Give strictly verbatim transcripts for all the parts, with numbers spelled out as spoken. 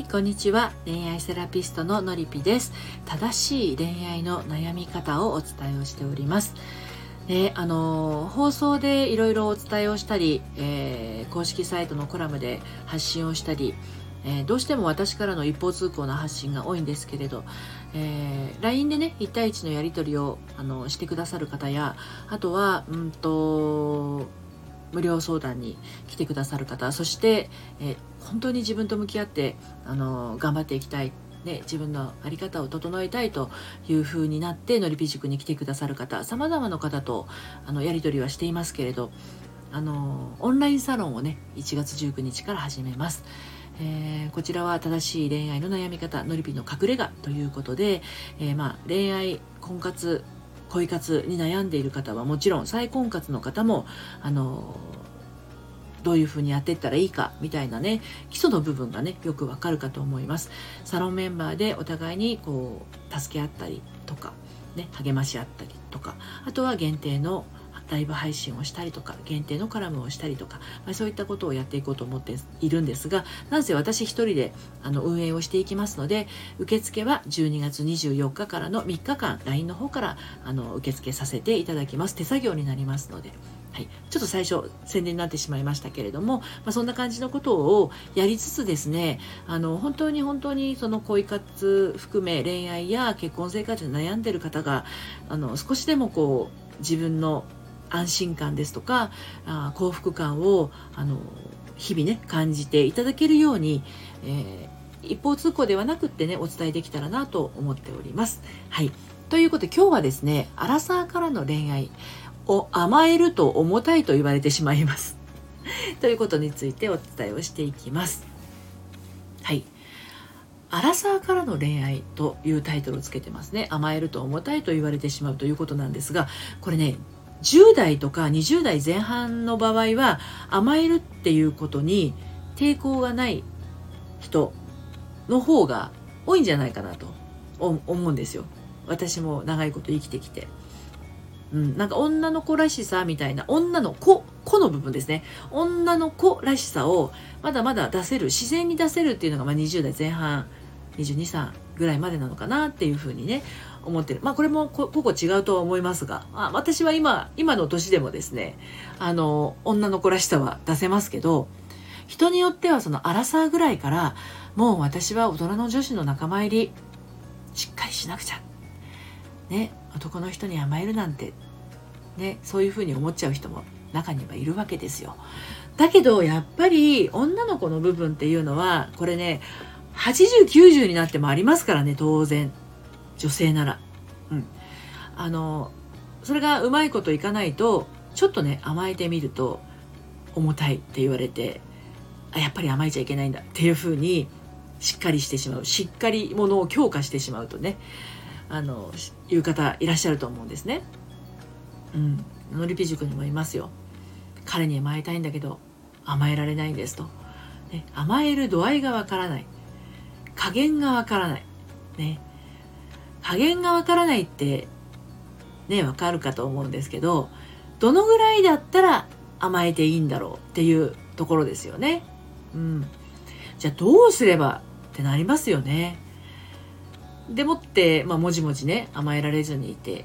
こんにちは。恋愛セラピストののりぴです。正しい恋愛の悩み方をお伝えをしております。であの放送でいろいろお伝えをしたり、えー、公式サイトのコラムで発信をしたり、えー、どうしても私からの一方通行な発信が多いんですけれど、えー、ライン でねいち対いちのやり取りをあのしてくださる方や、あとはうんと無料相談に来てくださる方、そして、えー、本当に自分と向き合ってあの頑張っていきたい、ね、自分の在り方を整えたいという風になってのりぴ塾に来てくださる方、様々な方とあのやり取りはしていますけれど、あのオンラインサロンをねいちがつじゅうくにちから始めます。えー、こちらは正しい恋愛の悩み方、のりぴの隠れ家ということで、えーまあ、恋愛婚活恋活に悩んでいる方はもちろん、再婚活の方もあのどういうふうにやっていったらいいかみたいなね、基礎の部分がねよくわかるかと思います。サロンメンバーでお互いにこう助け合ったりとか、ね、励まし合ったりとか、あとは限定のライブ配信をしたりとか、限定のコラムをしたりとか、まあ、そういったことをやっていこうと思っているんですが、なんせ私一人であの運営をしていきますので、受付はじゅうにがつにじゅうよっかからのみっかかん ライン の方からあの受付させていただきます。手作業になりますので、はい、ちょっと最初宣伝になってしまいましたけれども、まあ、そんな感じのことをやりつつですね、あの本当に本当にその恋活含め恋愛や結婚生活で悩んでいる方があの少しでもこう自分の安心感ですとかあ幸福感をあの日々ね感じていただけるように、えー、一方通行ではなくってねお伝えできたらなと思っております。はい、ということで今日はですね、アラサーからの恋愛を甘えると重たいと言われてしまいますということについてお伝えをしていきます。はい、アラサーからの恋愛というタイトルをつけてますね。甘えると重たいと言われてしまうということなんですが、これねじゅうだいとかにじゅうだいぜん半の場合は甘えるっていうことに抵抗がない人の方が多いんじゃないかなと思うんですよ。私も長いこと生きてきて、うん、なんか女の子らしさみたいな、女の子子の部分ですね、女の子らしさをまだまだ出せる、自然に出せるっていうのがまあにじゅうだいぜん半にじゅうに、さんぐらいまでなのかなっていうふうにね思ってる。まあこれも個々違うとは思いますが、まあ、私は今今の年でもですね、あの女の子らしさは出せますけど、人によってはそのアラサーぐらいからもう私は大人の女子の仲間入りしっかりしなくちゃね、男の人に甘えるなんてね、そういうふうに思っちゃう人も中にはいるわけですよ。だけどやっぱり女の子の部分っていうのはこれねはちじゅうきゅうじゅうになってもありますからね、当然女性なら、うん、あのそれがうまいこといかないとちょっとね甘えてみると重たいって言われて、あやっぱり甘えちゃいけないんだっていう風にしっかりしてしまう、しっかり者を強化してしまうとね、あのいう方いらっしゃると思うんですね。うん、のりぴ塾にもいますよ。彼に甘えたいんだけど甘えられないんですと、ね、甘える度合いがわからない、加減がわからないね、加減がわからないってねわかるかと思うんですけど、どのぐらいだったら甘えていいんだろうっていうところですよね。うん、じゃあどうすればってなりますよね。でもって、まあ、もじもじね甘えられずにいて、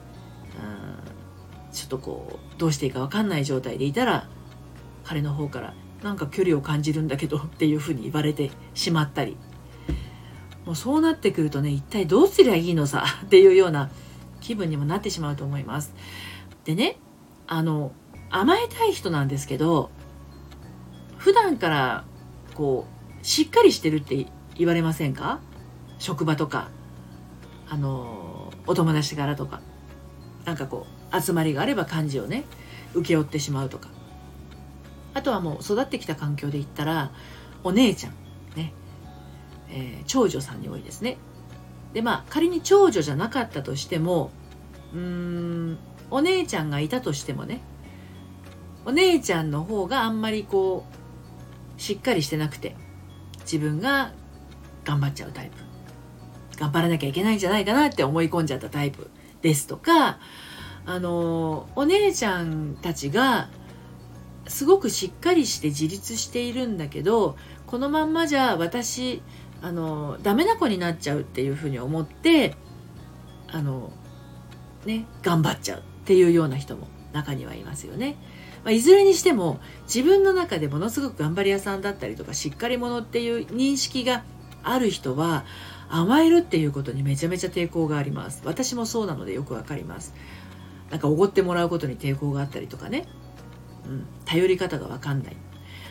うん、ちょっとこうどうしていいかわかんない状態でいたら、彼の方からなんか距離を感じるんだけどっていうふうに言われてしまったり、もうそうなってくるとね、一体どうすりゃいいのさっていうような気分にもなってしまうと思います。でね、あの甘えたい人なんですけど、普段からこうしっかりしてるって言われませんか？職場とかあのお友達からとか、なんかこう集まりがあれば幹事をね請け負ってしまうとか、あとはもう育ってきた環境で言ったらお姉ちゃんね、えー、長女さんに多いですね。でまあ仮に長女じゃなかったとしても、うーんお姉ちゃんがいたとしてもね、お姉ちゃんの方があんまりこうしっかりしてなくて自分が頑張っちゃうタイプ、頑張らなきゃいけないんじゃないかなって思い込んじゃったタイプですとか、あのお姉ちゃんたちがすごくしっかりして自立しているんだけど、このまんまじゃ私あのダメな子になっちゃうっていうふうに思ってあのね頑張っちゃうっていうような人も中にはいますよね。まあ、いずれにしても自分の中でものすごく頑張り屋さんだったりとかしっかり者っていう認識がある人は甘えるっていうことにめちゃめちゃ抵抗があります。私もそうなのでよくわかります。なんかおごってもらうことに抵抗があったりとかね、うん、頼り方がわかんない。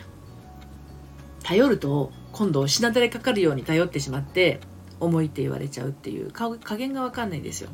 頼ると今度しなだれかかるように頼ってしまって重いって言われちゃうっていう加減がわかんないんですよ。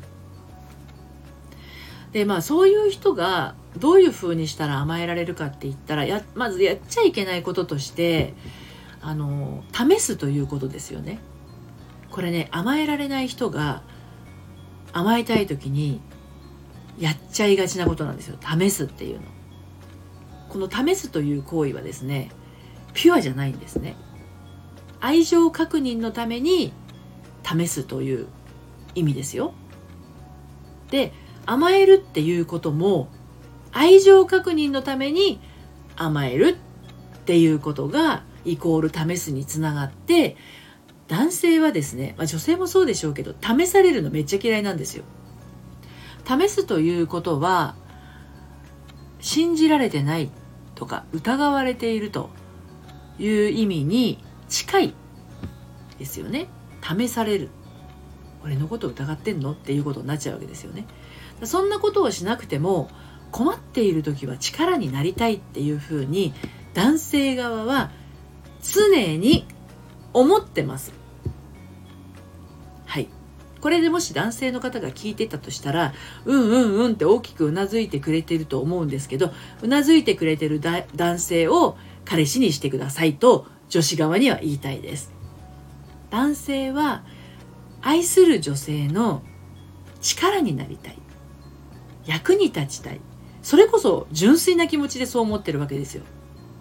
でまあそういう人がどういう風にしたら甘えられるかって言ったらやまずやっちゃいけないこととしてあの試すということですよね。これね甘えられない人が甘えたい時にやっちゃいがちなことなんですよ。試すっていうの。この試すという行為はですねピュアじゃないんですね。愛情確認のために試すという意味ですよ。で甘えるっていうことも愛情確認のために甘えるっていうことがイコール試すにつながって、男性はですね、まあ、女性もそうでしょうけど試されるのめっちゃ嫌いなんですよ。試すということは信じられてないとか疑われているという意味に近いですよね。試される、俺のことを疑ってんのっていうことになっちゃうわけですよね。そんなことをしなくても困っている時は力になりたいっていうふうに男性側は常に思ってます。はい。これでもし男性の方が聞いてたとしたらうんうんうんって大きくうなずいてくれてると思うんですけど、うなずいてくれてるだ男性を彼氏にしてくださいと女子側には言いたいです。男性は愛する女性の力になりたい、役に立ちたい、それこそ純粋な気持ちでそう思ってるわけですよ。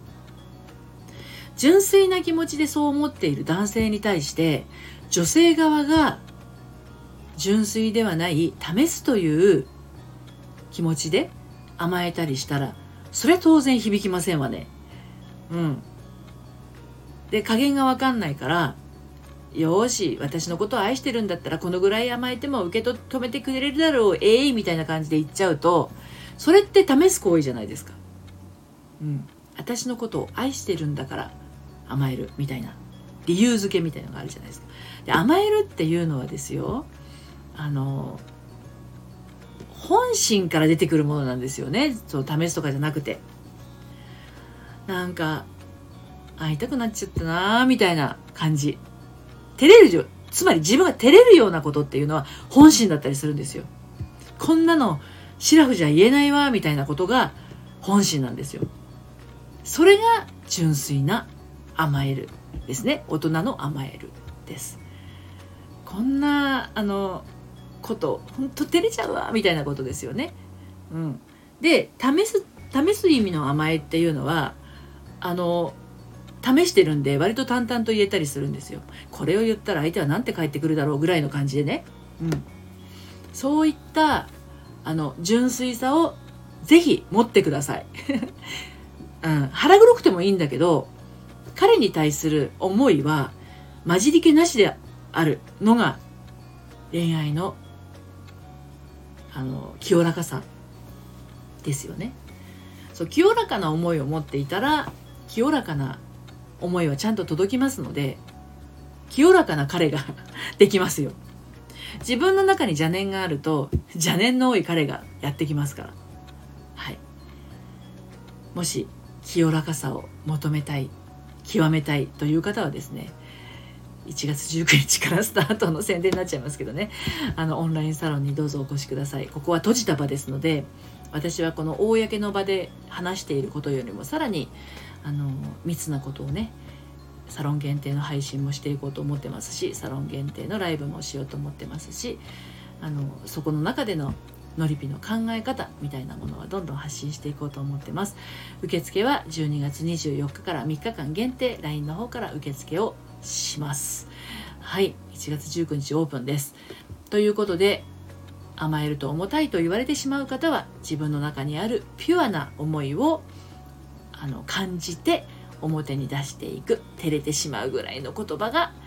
純粋な気持ちでそう思っている男性に対して女性側が純粋ではない試すという気持ちで甘えたりしたらそれは当然響きませんわね。うんで加減が分かんないからよーし私のことを愛してるんだったらこのぐらい甘えても受け止めてくれるだろうえいみたいな感じで言っちゃうとそれって試す行為じゃないですか。うん私のことを愛してるんだから甘えるみたいな理由付けみたいなのがあるじゃないですか。で甘えるっていうのはですよあの本心から出てくるものなんですよね。そう試すとかじゃなくてなんか会いたくなっちゃったなみたいな感じ、照れる、つまり自分が照れるようなことっていうのは本心だったりするんですよ。こんなのシラフじゃ言えないわみたいなことが本心なんですよ。それが純粋な甘えるですね。大人の甘えるです。こんなあのこと本当照れちゃうわみたいなことですよね。うん、で試す試す意味の甘えっていうのはあの試してるんで割と淡々と言えたりするんですよ。これを言ったら相手は何て返ってくるだろうぐらいの感じでね、うん、そういったあの純粋さをぜひ持ってください、うん、腹黒くてもいいんだけど彼に対する思いは混じり気なしであるのが恋愛のあの清らかさですよね。そう清らかな思いを持っていたら清らかな思いはちゃんと届きますので清らかな彼ができますよ。自分の中に邪念があると邪念の多い彼がやってきますから、はい、もし清らかさを求めたい極めたいという方はですねいちがつじゅうくにちからスタートの宣伝になっちゃいますけどねあのオンラインサロンにどうぞお越しください。ここは閉じた場ですので私はこの公の場で話していることよりもさらにあの密なことをねサロン限定の配信もしていこうと思ってますしサロン限定のライブもしようと思ってますしあのそこの中でののりぴの考え方みたいなものはどんどん発信していこうと思ってます。受付はじゅうにがつにじゅうよっかからみっかかん限定 ライン の方から受付をします。はい、いちがつじゅうくにちオープンです。ということで甘えると重たいと言われてしまう方は自分の中にあるピュアな思いをあの感じて表に出していく、照れてしまうぐらいの言葉が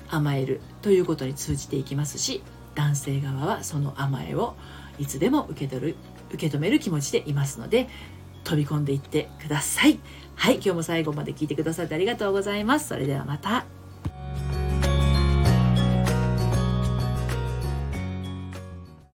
甘えるということに通じていきますし、男性側はその甘えをいつでも受け取る受け止める気持ちでいますので、飛び込んでいってください。はい、今日も最後まで聞いてくださってありがとうございます。それではまた。